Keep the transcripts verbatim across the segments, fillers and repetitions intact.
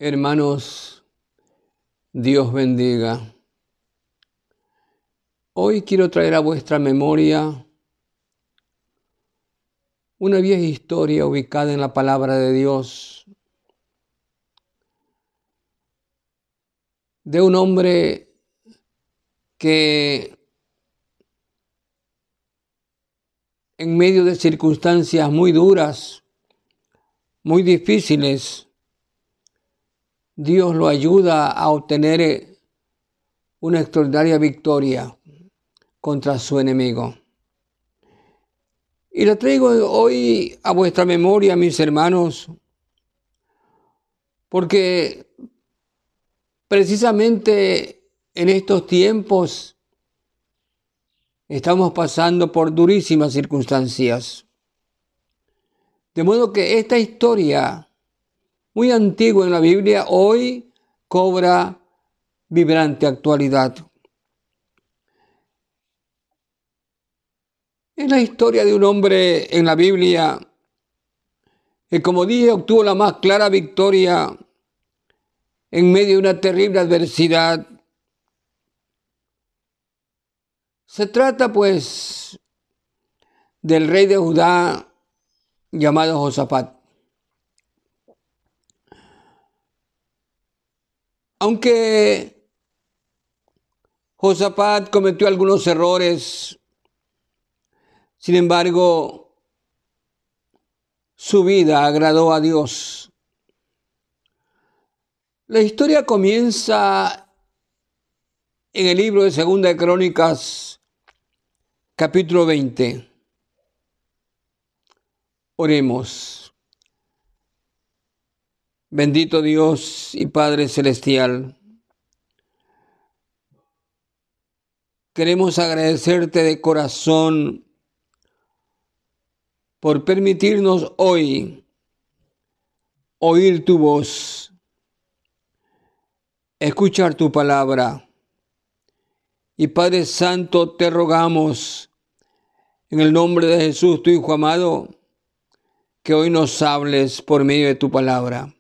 Hermanos, Dios bendiga. Hoy quiero traer a vuestra memoria una vieja historia ubicada en la palabra de Dios de un hombre que en medio de circunstancias muy duras, muy difíciles, Dios lo ayuda a obtener una extraordinaria victoria contra su enemigo. Y la traigo hoy a vuestra memoria, mis hermanos, porque precisamente en estos tiempos estamos pasando por durísimas circunstancias. De modo que esta historia, muy antigua en la Biblia, hoy cobra vibrante actualidad. Es la historia de un hombre en la Biblia que, como dije, obtuvo la más clara victoria en medio de una terrible adversidad. Se trata, pues, del rey de Judá llamado Josafat. Aunque Josafat cometió algunos errores, sin embargo, su vida agradó a Dios. La historia comienza en el libro de Segunda de Crónicas, capítulo veinte. Oremos. Bendito Dios y Padre Celestial, queremos agradecerte de corazón por permitirnos hoy oír tu voz, escuchar tu palabra. Y Padre Santo, te rogamos en el nombre de Jesús, tu Hijo amado, que hoy nos hables por medio de tu palabra.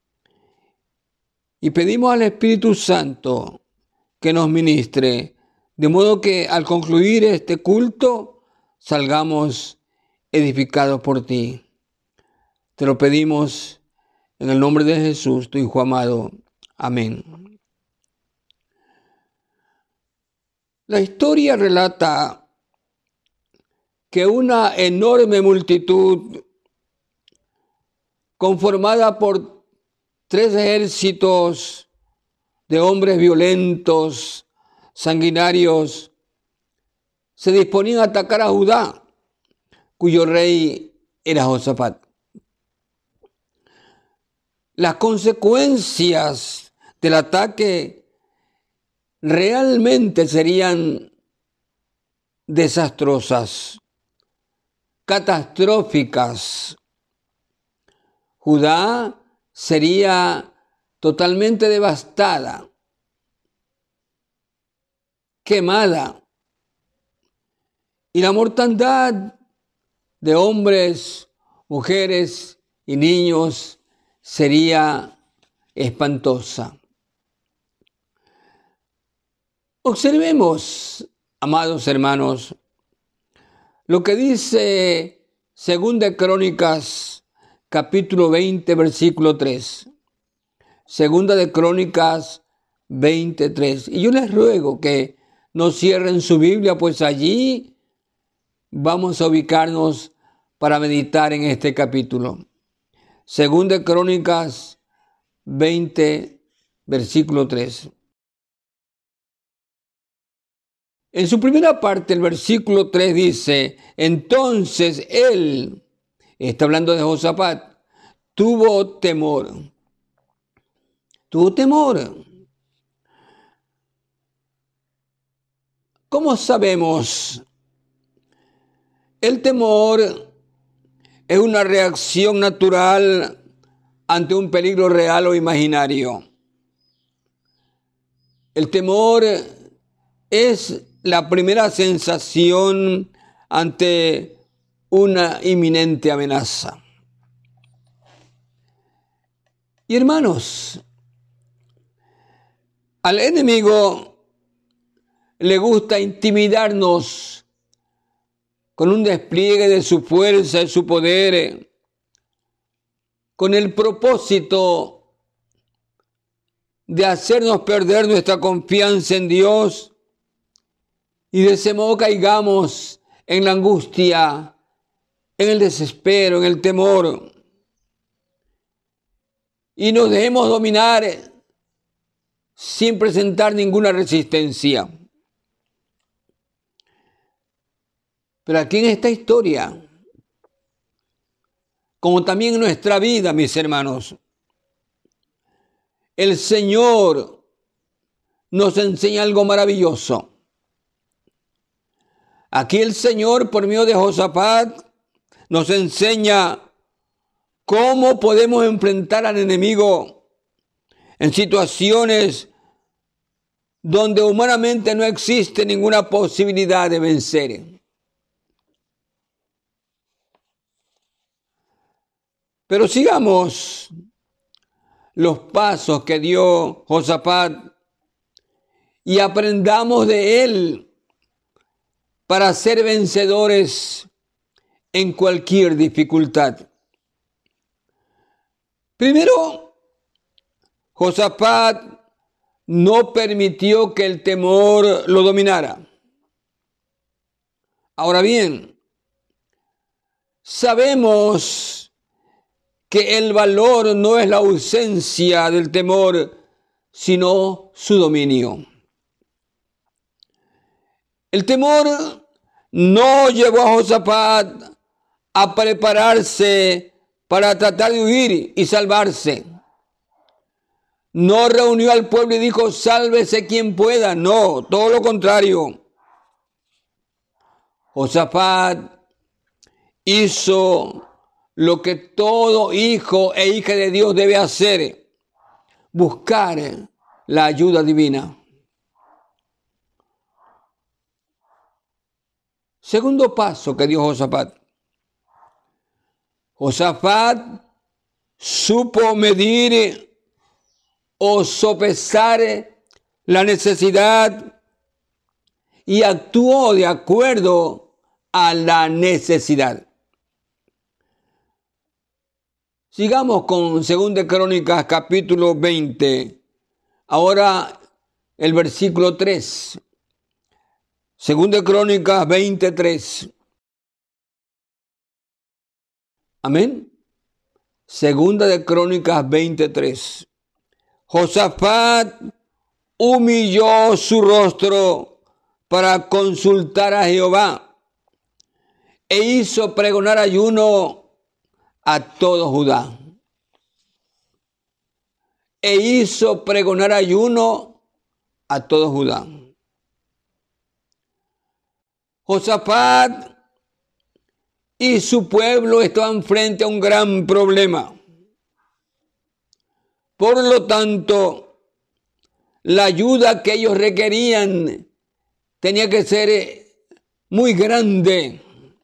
Y pedimos al Espíritu Santo que nos ministre, de modo que al concluir este culto salgamos edificados por ti. Te lo pedimos en el nombre de Jesús, tu Hijo amado. Amén. La historia relata que una enorme multitud conformada por tres ejércitos de hombres violentos, sanguinarios, se disponían a atacar a Judá, cuyo rey era Josafat. Las consecuencias del ataque realmente serían desastrosas, catastróficas. Judá sería totalmente devastada, quemada, y la mortandad de hombres, mujeres y niños sería espantosa. Observemos, amados hermanos, lo que dice Segunda de Crónicas, capítulo veinte, versículo tres. Segunda de Crónicas veintitrés. Y yo les ruego que no cierren su Biblia, pues allí vamos a ubicarnos para meditar en este capítulo. Segunda de Crónicas veinte, versículo tres. En su primera parte, el versículo tres dice: entonces él, está hablando de Josafat, tuvo temor. Tuvo temor. ¿Cómo sabemos? El temor es una reacción natural ante un peligro real o imaginario. El temor es la primera sensación ante una inminente amenaza. Y hermanos, Al enemigo le gusta intimidarnos con un despliegue de su fuerza y su poder, con el propósito de hacernos perder nuestra confianza en Dios y de ese modo caigamos en la angustia, en el desespero, en el temor y nos dejemos dominar sin presentar ninguna resistencia. Pero aquí en esta historia, como también en nuestra vida, mis hermanos, el Señor nos enseña algo maravilloso. Aquí el Señor, por medio de Josafat, nos enseña cómo podemos enfrentar al enemigo en situaciones donde humanamente no existe ninguna posibilidad de vencer. Pero sigamos los pasos que dio Josafat y aprendamos de él para ser vencedores en cualquier dificultad. Primero, Josafat no permitió que el temor lo dominara. Ahora bien, sabemos que el valor no es la ausencia del temor, sino su dominio. El temor no llevó a Josafat a prepararse para tratar de huir y salvarse. No reunió al pueblo y dijo, sálvese quien pueda. No, todo lo contrario. Josafat hizo lo que todo hijo e hija de Dios debe hacer, buscar la ayuda divina. Segundo paso que dio Josafat. Josafat supo medir o sopesar la necesidad y actuó de acuerdo a la necesidad. Sigamos con Segunda de Crónicas, capítulo veinte. Ahora el versículo tres. Segunda de Crónicas veintitrés. Amén. Segunda de Crónicas veintitrés. Josafat humilló su rostro para consultar a Jehová e hizo pregonar ayuno a todo Judá. E hizo pregonar ayuno a todo Judá. Josafat y su pueblo estaban frente a un gran problema. Por lo tanto, la ayuda que ellos requerían tenía que ser muy grande.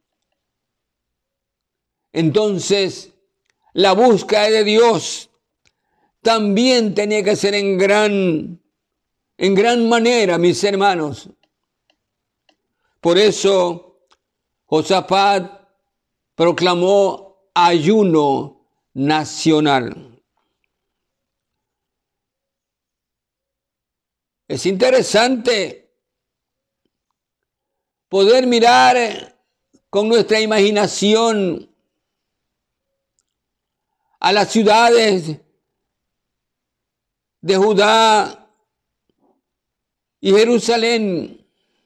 Entonces, la búsqueda de Dios también tenía que ser en gran, en gran manera, mis hermanos. Por eso, Josafat proclamó ayuno nacional. Es interesante poder mirar con nuestra imaginación a las ciudades de Judá y Jerusalén,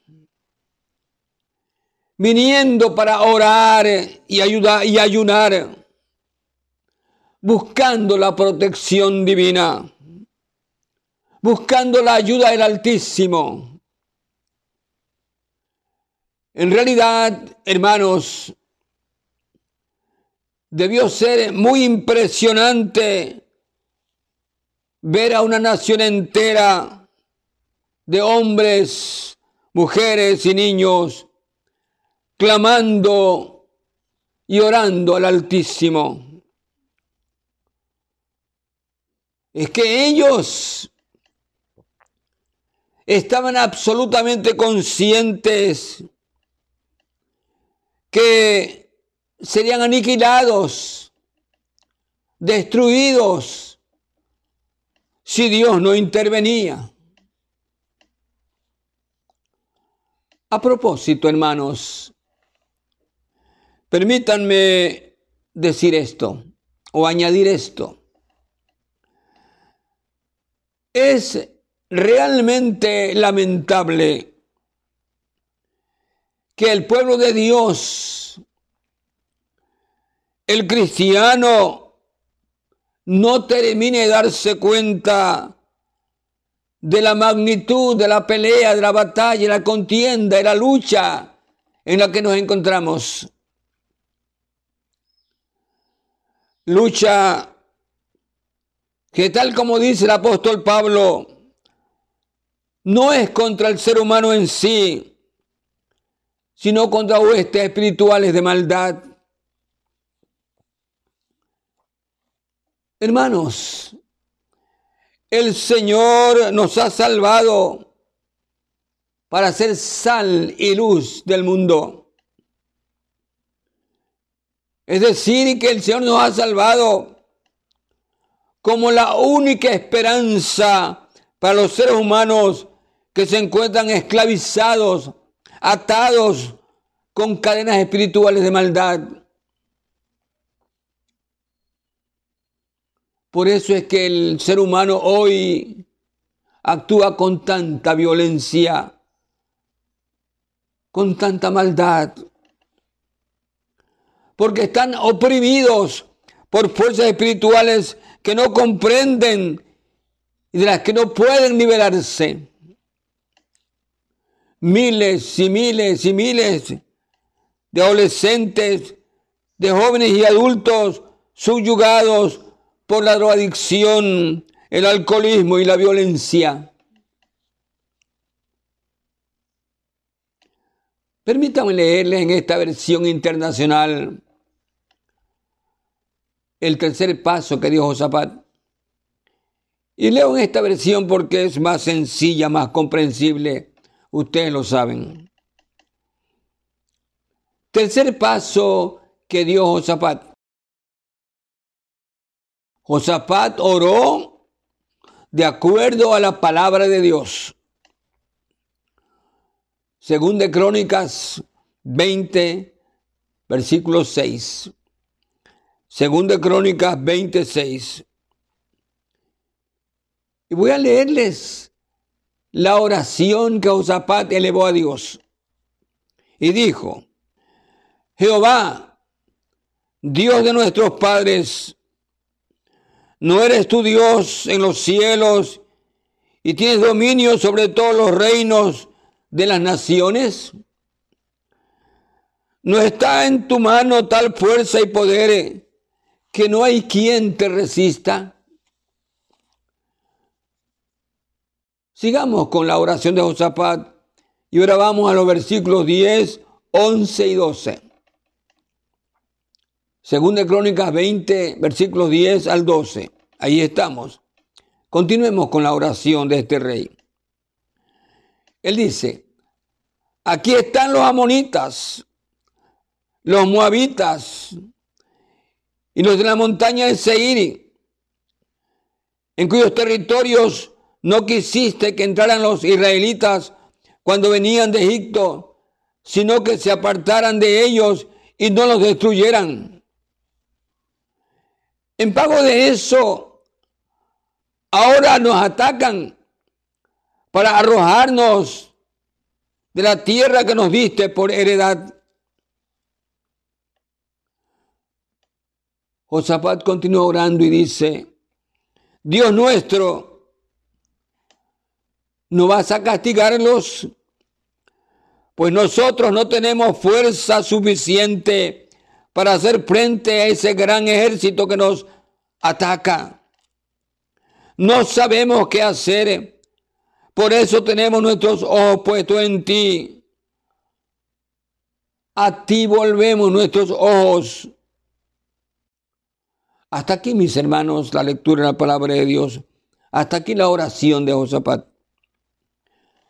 viniendo para orar y ayudar y ayunar, buscando la protección divina, buscando la ayuda del Altísimo. En realidad, hermanos, debió ser muy impresionante ver a una nación entera de hombres, mujeres y niños clamando y orando al Altísimo. Es que ellos estaban absolutamente conscientes que serían aniquilados, destruidos, si Dios no intervenía. A propósito, hermanos, permítanme decir esto o añadir esto. Es realmente lamentable que el pueblo de Dios, el cristiano, no termine de darse cuenta de la magnitud de la pelea, de la batalla, de la contienda, de la lucha en la que nos encontramos. Lucha que, tal como dice el apóstol Pablo, no es contra el ser humano en sí, sino contra huestes espirituales de maldad. Hermanos, el Señor nos ha salvado para ser sal y luz del mundo. Es decir, que el Señor nos ha salvado como la única esperanza para los seres humanos que se encuentran esclavizados, atados con cadenas espirituales de maldad. Por eso es que el ser humano hoy actúa con tanta violencia, con tanta maldad, porque están oprimidos por fuerzas espirituales que no comprenden y de las que no pueden liberarse. Miles y miles y miles de adolescentes, de jóvenes y adultos subyugados por la drogadicción, el alcoholismo y la violencia. Permítanme leerles en esta versión internacional el tercer paso que dio Josafat. Y leo en esta versión porque es más sencilla, más comprensible. Ustedes lo saben. Tercer paso que dio Josafat. Josafat oró de acuerdo a la palabra de Dios. Según de Crónicas veinte, versículo seis. Según de Crónicas veintiséis. Y voy a leerles la oración que Josafat elevó a Dios. Y dijo: Jehová, Dios de nuestros padres, ¿no eres tú Dios en los cielos y tienes dominio sobre todos los reinos de las naciones? ¿No está en tu mano tal fuerza y poder que no hay quien te resista? Sigamos con la oración de Josafat y ahora vamos a los versículos diez, once y doce. Según de Crónicas veinte, versículos diez al doce. Ahí estamos. Continuemos con la oración de este rey. Él dice: aquí están los amonitas, los moabitas y los de la montaña de Seir, en cuyos territorios no quisiste que entraran los israelitas cuando venían de Egipto, sino que se apartaran de ellos y no los destruyeran. En pago de eso, ahora nos atacan para arrojarnos de la tierra que nos diste por heredad. Josafat continúa orando y dice: Dios nuestro, ¿no vas a castigarlos? Pues nosotros no tenemos fuerza suficiente para hacer frente a ese gran ejército que nos ataca. No sabemos qué hacer, por eso tenemos nuestros ojos puestos en ti. A ti volvemos nuestros ojos. Hasta aquí, mis hermanos, la lectura de la palabra de Dios. Hasta aquí la oración de Josafat.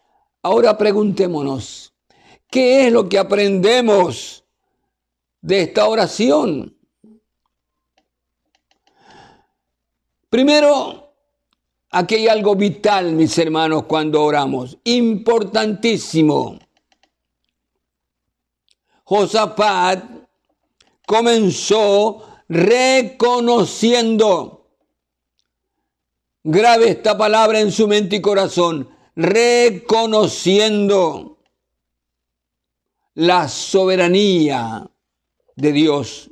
Ahora preguntémonos, ¿qué es lo que aprendemos de esta oración? Primero, aquí hay algo vital, mis hermanos, cuando oramos, importantísimo. Josafat comenzó reconociendo, grave esta palabra en su mente y corazón, reconociendo la soberanía de Dios,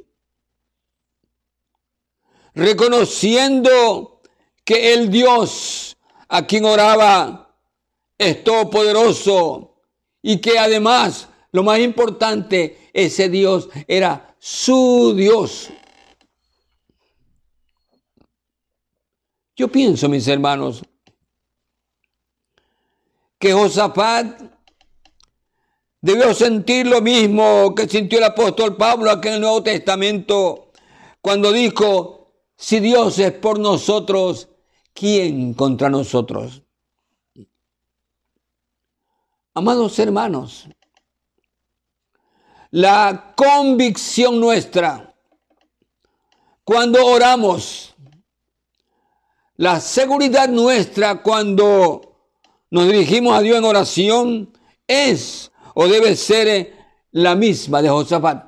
reconociendo que el Dios a quien oraba es todopoderoso y que además, lo más importante, ese Dios era su Dios. Yo pienso, mis hermanos, que Josafat debió sentir lo mismo que sintió el apóstol Pablo aquí en el Nuevo Testamento, cuando dijo, si Dios es por nosotros, ¿quién contra nosotros? Amados hermanos, la convicción nuestra cuando oramos, la seguridad nuestra cuando nos dirigimos a Dios en oración es o debe ser la misma de Josafat.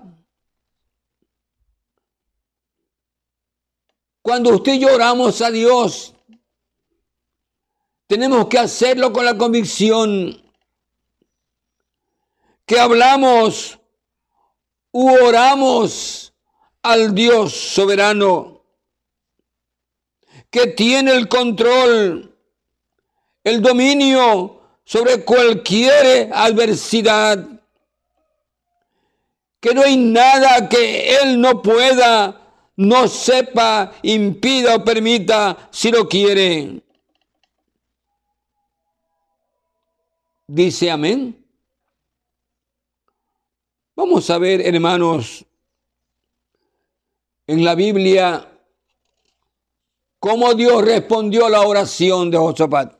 Cuando usted y yo oramos a Dios, tenemos que hacerlo con la convicción que hablamos u oramos al Dios soberano, que tiene el control, el dominio sobre cualquier adversidad, que no hay nada que Él no pueda, no sepa, impida o permita si lo quiere. Dice amén. Vamos a ver, hermanos, en la Biblia, cómo Dios respondió a la oración de Josafat.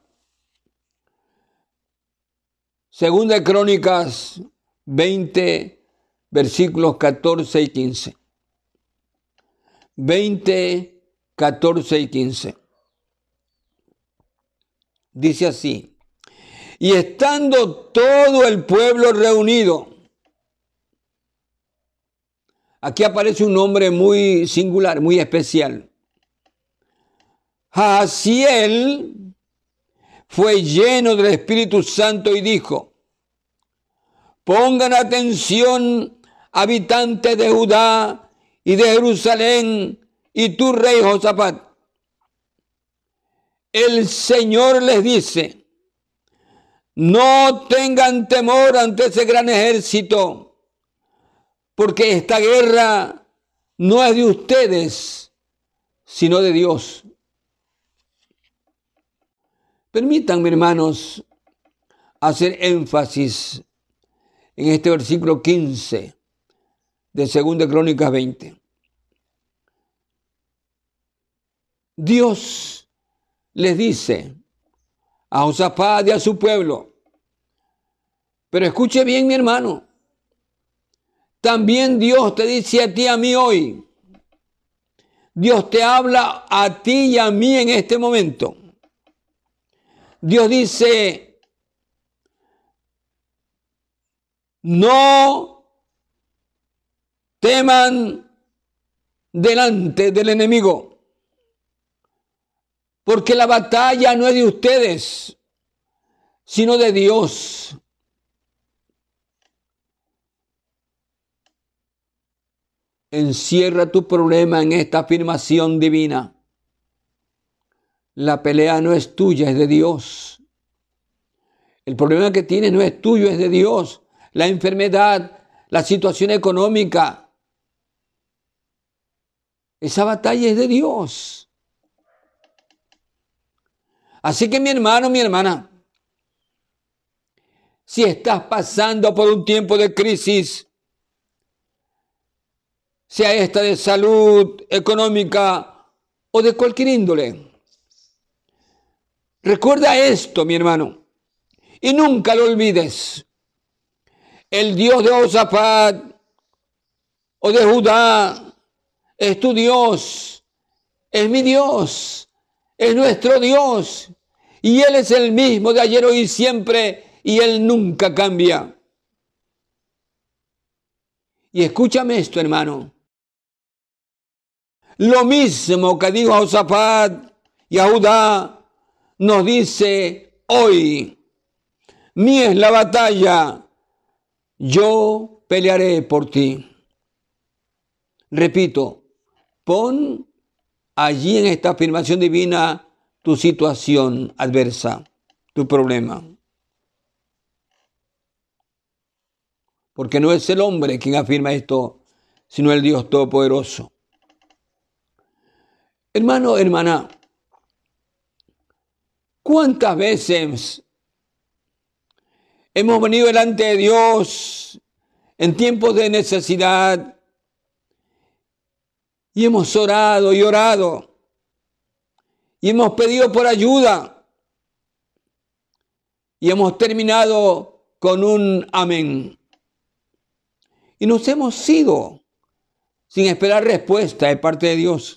Segunda de Crónicas veinte, versículos catorce y quince. veinte, catorce y quince. Dice así: y estando todo el pueblo reunido. Aquí aparece un nombre muy singular, muy especial. Jaasiel fue lleno del Espíritu Santo y dijo: pongan atención, habitantes de Judá y de Jerusalén, y tú, rey Josafat. El Señor les dice: no tengan temor ante ese gran ejército, porque esta guerra no es de ustedes, sino de Dios. Permítanme, hermanos, hacer énfasis en este versículo quince de Segunda de Crónicas veinte. Dios les dice a Josafat y a su pueblo, pero escuche bien, mi hermano, también Dios te dice a ti y a mí hoy. Dios te habla a ti y a mí en este momento. Dios dice: no teman delante del enemigo, porque la batalla no es de ustedes, sino de Dios. Encierra tu problema en esta afirmación divina. La pelea no es tuya, es de Dios. El problema que tienes no es tuyo, es de Dios. La enfermedad, la situación económica, esa batalla es de Dios. Así que, mi hermano, mi hermana, si estás pasando por un tiempo de crisis, sea esta de salud, económica o de cualquier índole, recuerda esto, mi hermano, y nunca lo olvides. El Dios de Josafat o de Judá es tu Dios, es mi Dios, es nuestro Dios. Y Él es el mismo de ayer, hoy y siempre, y Él nunca cambia. Y escúchame esto, hermano. Lo mismo que dijo a Josafat y a Judá, nos dice hoy: mía es la batalla, yo pelearé por ti. Repito, pon allí en esta afirmación divina tu situación adversa, tu problema. Porque no es el hombre quien afirma esto, sino el Dios Todopoderoso. Hermano, hermana, ¿cuántas veces hemos venido delante de Dios en tiempos de necesidad y hemos orado y orado y hemos pedido por ayuda y hemos terminado con un amén? Y nos hemos ido sin esperar respuesta de parte de Dios,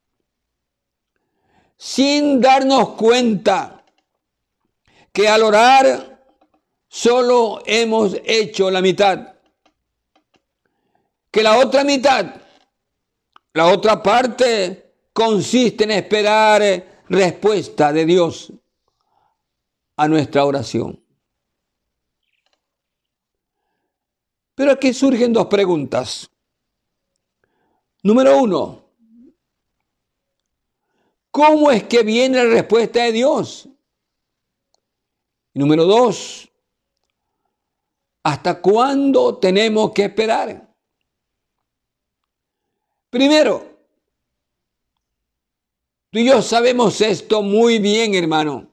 sin darnos cuenta que al orar solo hemos hecho la mitad, que la otra mitad, la otra parte consiste en esperar respuesta de Dios a nuestra oración. Pero aquí surgen dos preguntas. Número uno, ¿cómo es que viene la respuesta de Dios? Y número dos, ¿hasta cuándo tenemos que esperar? Primero, tú y yo sabemos esto muy bien, hermano.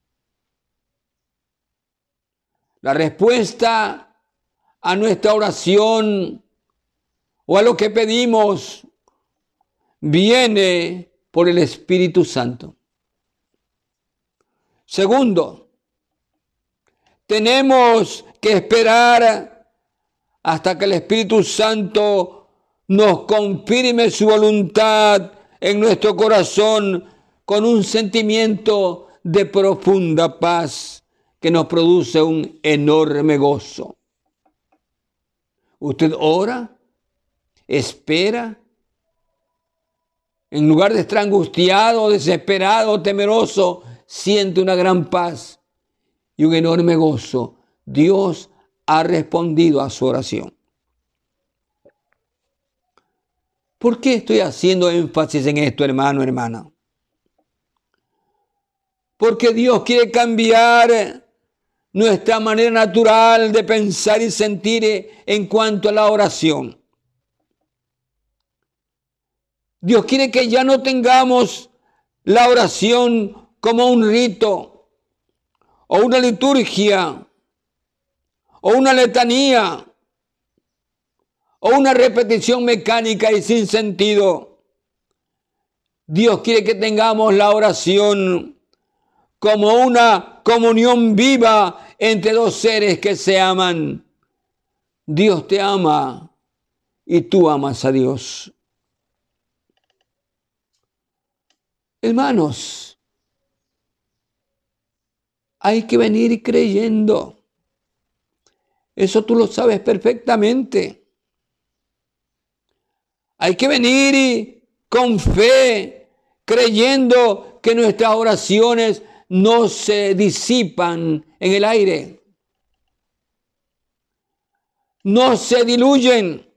La respuesta a nuestra oración o a lo que pedimos viene por el Espíritu Santo. Segundo, tenemos que esperar hasta que el Espíritu Santo nos confirme su voluntad en nuestro corazón con un sentimiento de profunda paz que nos produce un enorme gozo. Usted ora, espera, en lugar de estar angustiado, desesperado, temeroso, siente una gran paz y un enorme gozo. Dios ha respondido a su oración. ¿Por qué estoy haciendo énfasis en esto, hermano, hermana? Porque Dios quiere cambiar nuestra manera natural de pensar y sentir en cuanto a la oración. Dios quiere que ya no tengamos la oración como un rito, o una liturgia, o una letanía, o una repetición mecánica y sin sentido. Dios quiere que tengamos la oración como una comunión viva entre dos seres que se aman. Dios te ama y tú amas a Dios. Hermanos, hay que venir creyendo. Eso tú lo sabes perfectamente. Hay que venir con fe, creyendo que nuestras oraciones no se disipan en el aire, no se diluyen,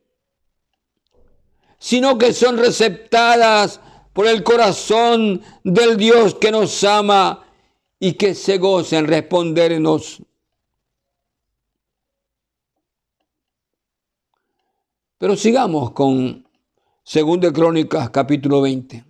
sino que son receptadas por el corazón del Dios que nos ama y que se goza en respondernos. Pero sigamos con Segunda de Crónicas, capítulo veinte.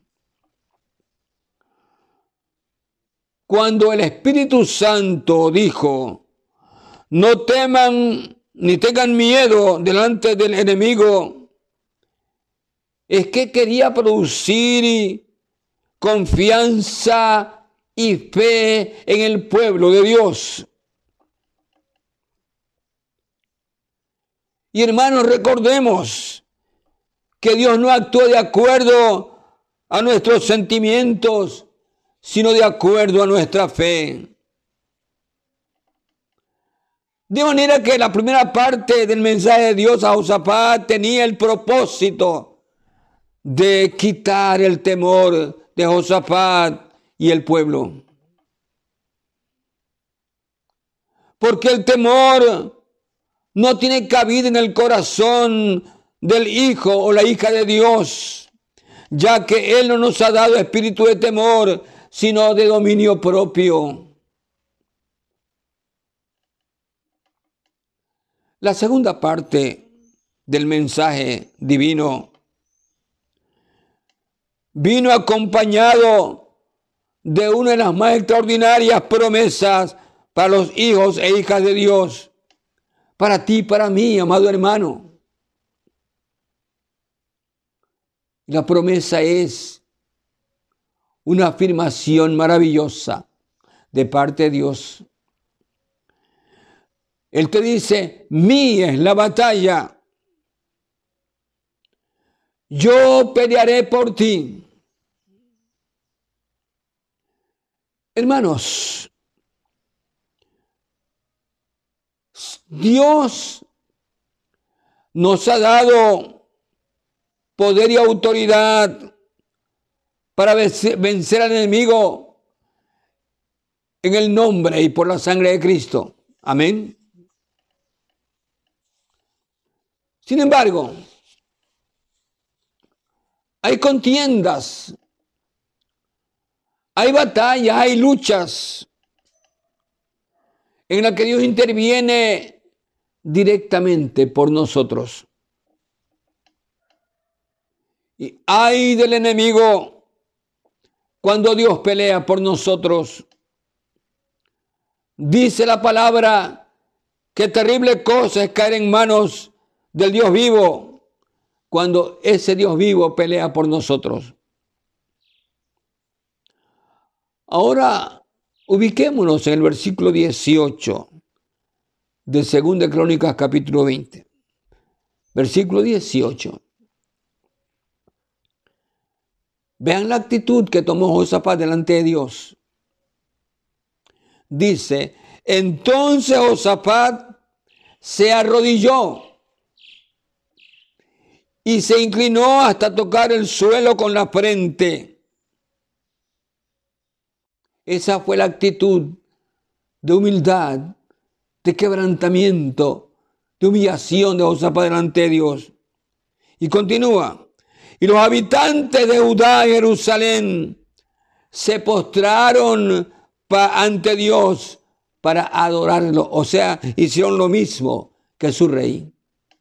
Cuando el Espíritu Santo dijo: no teman ni tengan miedo delante del enemigo, es que quería producir confianza y fe en el pueblo de Dios. Y hermanos, recordemos que Dios no actúa de acuerdo a nuestros sentimientos, sino de acuerdo a nuestra fe. De manera que la primera parte del mensaje de Dios a Josafat tenía el propósito de quitar el temor de Josafat y el pueblo. Porque el temor no tiene cabida en el corazón del hijo o la hija de Dios, ya que Él no nos ha dado espíritu de temor, sino de dominio propio. La segunda parte del mensaje divino vino acompañado de una de las más extraordinarias promesas para los hijos e hijas de Dios, para ti, para mí, amado hermano. La promesa es una afirmación maravillosa de parte de Dios. Él te dice, mía es la batalla. Yo pelearé por ti. Hermanos, Dios nos ha dado poder y autoridad para vencer al enemigo en el nombre y por la sangre de Cristo. Amén. Sin embargo, hay contiendas, hay batallas, hay luchas en las que Dios interviene directamente por nosotros. Y ay del enemigo cuando Dios pelea por nosotros. Dice la palabra que terrible cosa es caer en manos del Dios vivo cuando ese Dios vivo pelea por nosotros. Ahora ubiquémonos en el versículo dieciocho de Segunda de Crónicas capítulo veinte. Versículo dieciocho. Vean la actitud que tomó Josafat delante de Dios. Dice, entonces Josafat se arrodilló y se inclinó hasta tocar el suelo con la frente. Esa fue la actitud de humildad, de quebrantamiento, de humillación de Josafat delante de Dios. Y continúa. Y los habitantes de Judá y Jerusalén se postraron pa, ante Dios para adorarlo. O sea, hicieron lo mismo que su rey.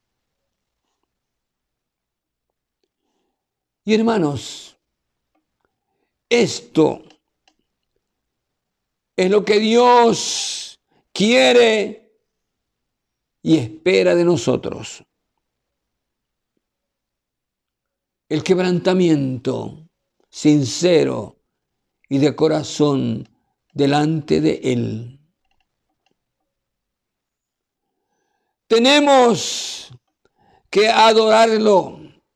Y hermanos, esto es lo que Dios quiere y espera de nosotros. El quebrantamiento sincero y de corazón delante de Él. Tenemos que adorarlo,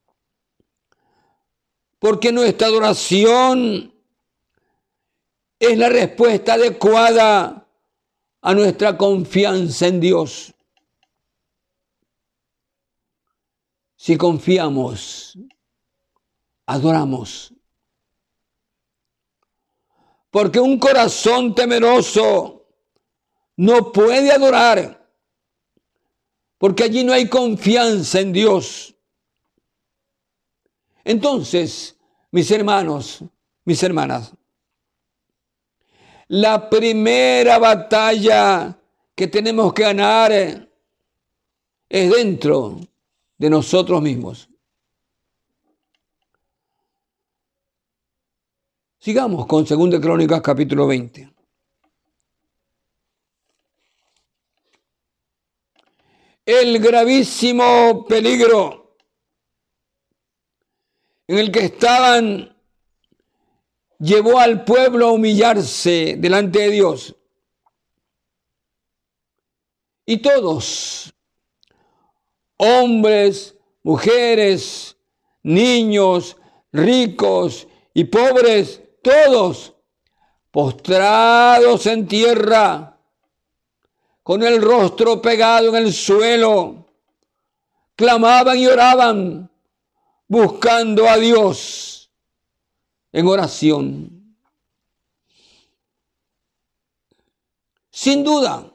porque nuestra adoración es la respuesta adecuada a nuestra confianza en Dios. Si confiamos, adoramos. Porque un corazón temeroso no puede adorar, porque allí no hay confianza en Dios. Entonces, mis hermanos, mis hermanas, la primera batalla que tenemos que ganar es dentro de nosotros mismos. Sigamos con Segunda de Crónicas capítulo veinte. El gravísimo peligro en el que estaban llevó al pueblo a humillarse delante de Dios. Y todos hombres, mujeres, niños, ricos y pobres, todos postrados en tierra, con el rostro pegado en el suelo, clamaban y oraban, buscando a Dios en oración. Sin duda,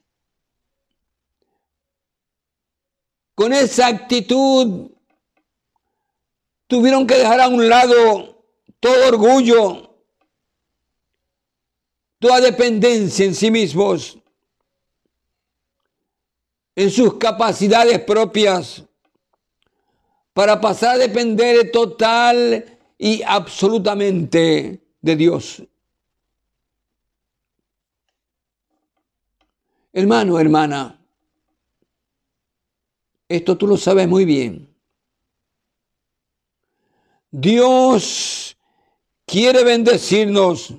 con esa actitud, tuvieron que dejar a un lado todo orgullo, toda dependencia en sí mismos, en sus capacidades propias, para pasar a depender total y absolutamente de Dios. Hermano, hermana, esto tú lo sabes muy bien. Dios quiere bendecirnos.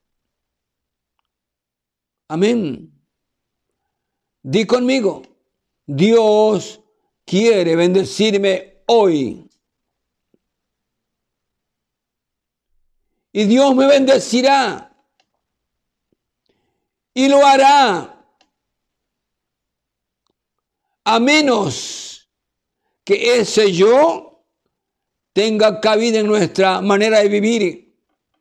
Amén. Di conmigo, Dios quiere bendecirme hoy. Y Dios me bendecirá. Y lo hará. A menos que ese yo tenga cabida en nuestra manera de vivir.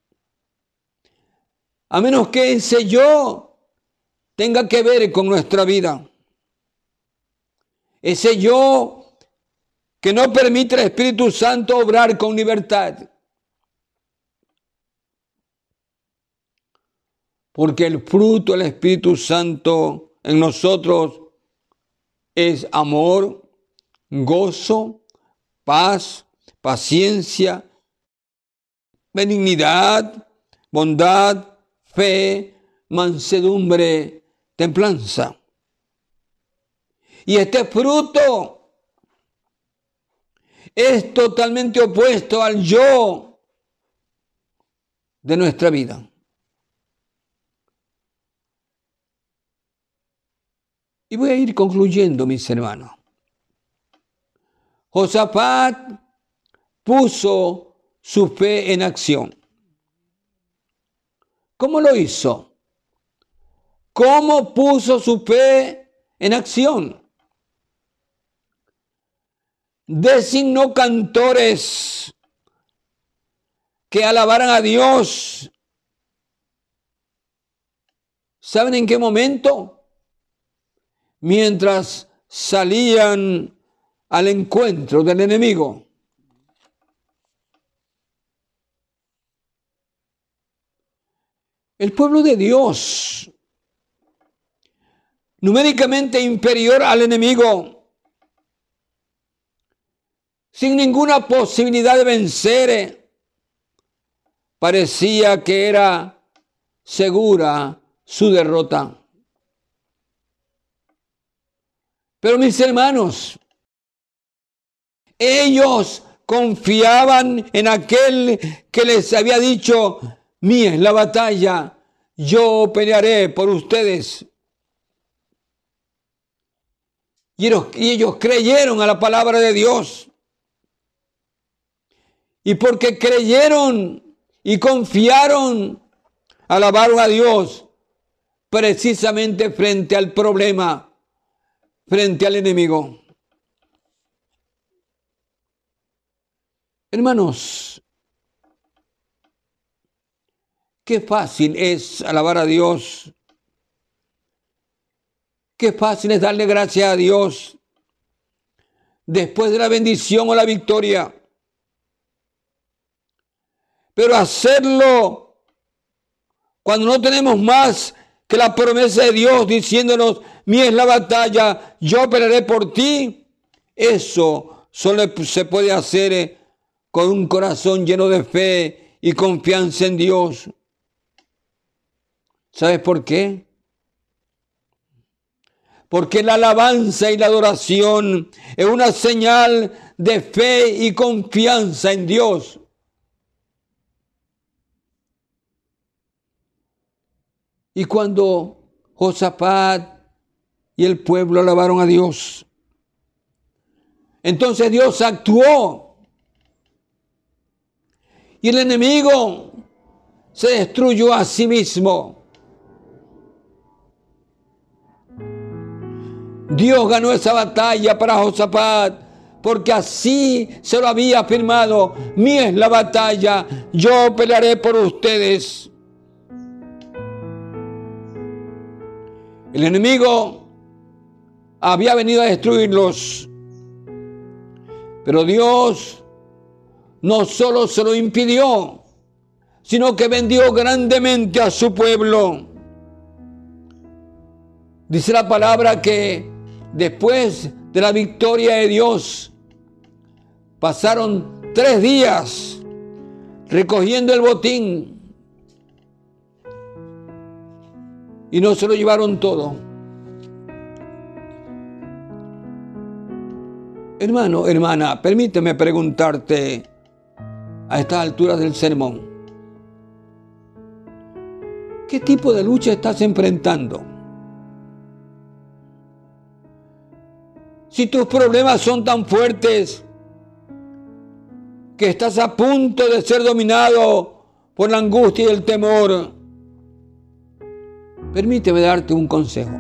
A menos que ese yo tenga que ver con nuestra vida. Ese yo que no permite al Espíritu Santo obrar con libertad. Porque el fruto del Espíritu Santo en nosotros es amor, gozo, paz, paciencia, benignidad, bondad, fe, mansedumbre, templanza. Y este fruto es totalmente opuesto al yo de nuestra vida. Y voy a ir concluyendo, mis hermanos. Josafat puso su fe en acción. ¿Cómo lo hizo? ¿Cómo puso su fe en acción? Designó cantores que alabaran a Dios. ¿Saben en qué momento? Mientras salían al encuentro del enemigo. El pueblo de Dios, numéricamente inferior al enemigo, sin ninguna posibilidad de vencer, parecía que era segura su derrota. Pero mis hermanos, ellos confiaban en aquel que les había dicho, mía es la batalla, yo pelearé por ustedes. Y ellos, y ellos creyeron a la palabra de Dios. Y porque creyeron y confiaron, alabaron a Dios precisamente frente al problema, frente al enemigo. Hermanos, qué fácil es alabar a Dios. Qué fácil es darle gracias a Dios después de la bendición o la victoria. Pero hacerlo cuando no tenemos más que la promesa de Dios diciéndonos, mía es la batalla, yo pelearé por ti. Eso solo se puede hacer con un corazón lleno de fe y confianza en Dios. ¿Sabes por qué? Porque la alabanza y la adoración es una señal de fe y confianza en Dios. Y cuando Josafat y el pueblo alabaron a Dios, Entonces Dios actuó. Y el enemigo se destruyó a sí mismo. Dios ganó esa batalla para Josafat, porque así se lo había afirmado: mía es la batalla, yo pelearé por ustedes. El enemigo había venido a destruirlos, pero Dios no solo se lo impidió, sino que bendijo grandemente a su pueblo. Dice la palabra que después de la victoria de Dios, pasaron tres días recogiendo el botín y no se lo llevaron todo. Hermano, hermana, permíteme preguntarte a estas alturas del sermón: ¿qué tipo de lucha estás enfrentando? Si tus problemas son tan fuertes que estás a punto de ser dominado por la angustia y el temor, permíteme darte un consejo.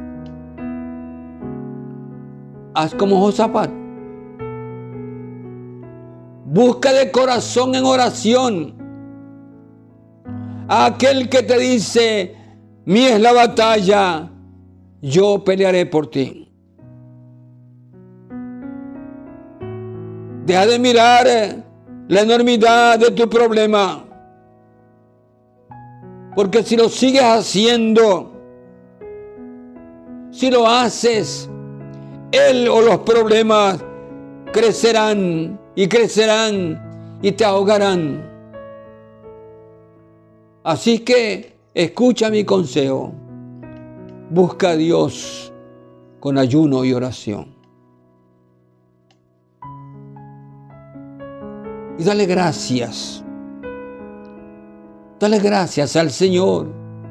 Haz como Josafat. Busca de corazón en oración a aquel que te dice: mía es la batalla, yo pelearé por ti. Deja de mirar la enormidad de tu problema, porque si lo sigues haciendo, si lo haces, él o los problemas crecerán y crecerán y te ahogarán. Así que escucha mi consejo: busca a Dios con ayuno y oración. Y dale gracias. Dale gracias al Señor.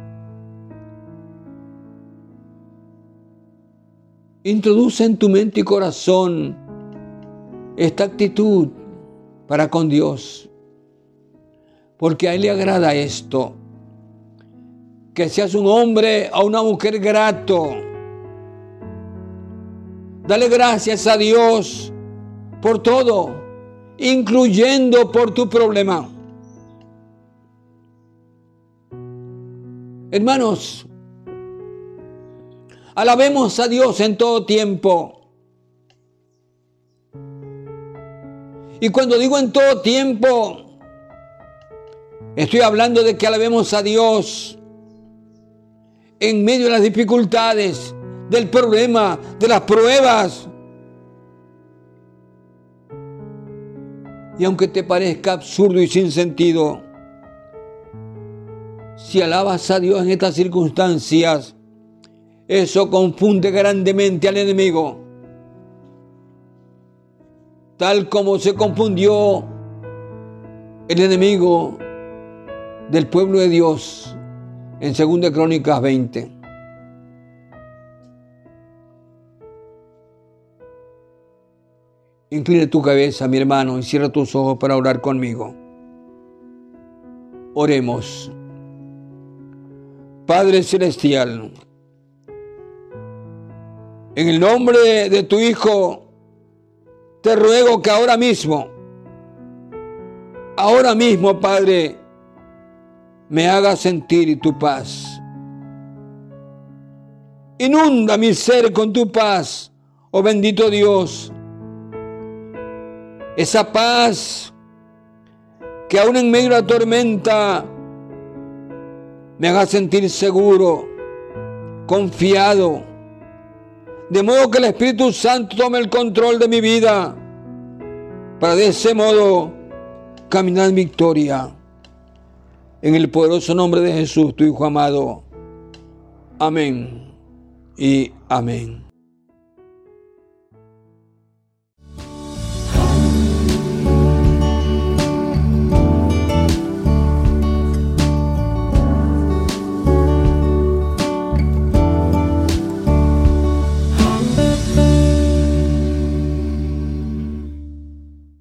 Introduce en tu mente y corazón esta actitud para con Dios, porque a Él le agrada esto: que seas un hombre o una mujer grato. Dale gracias a Dios por todo, incluyendo por tu problema. Hermanos, alabemos a Dios en todo tiempo. Y cuando digo en todo tiempo, estoy hablando de que alabemos a Dios en medio de las dificultades, del problema, de las pruebas. Y aunque te parezca absurdo y sin sentido, si alabas a Dios en estas circunstancias, eso confunde grandemente al enemigo, tal como se confundió el enemigo del pueblo de Dios en Segunda Crónicas veinte. Inclina tu cabeza, mi hermano, y cierra tus ojos para orar conmigo. Oremos. Padre Celestial, en el nombre de tu Hijo, te ruego que ahora mismo, ahora mismo, Padre, me hagas sentir tu paz. Inunda mi ser con tu paz, oh bendito Dios. Esa paz que aún en medio de la tormenta me haga sentir seguro, confiado, de modo que el Espíritu Santo tome el control de mi vida, para de ese modo caminar en victoria. En el poderoso nombre de Jesús, tu Hijo amado. Amén y amén.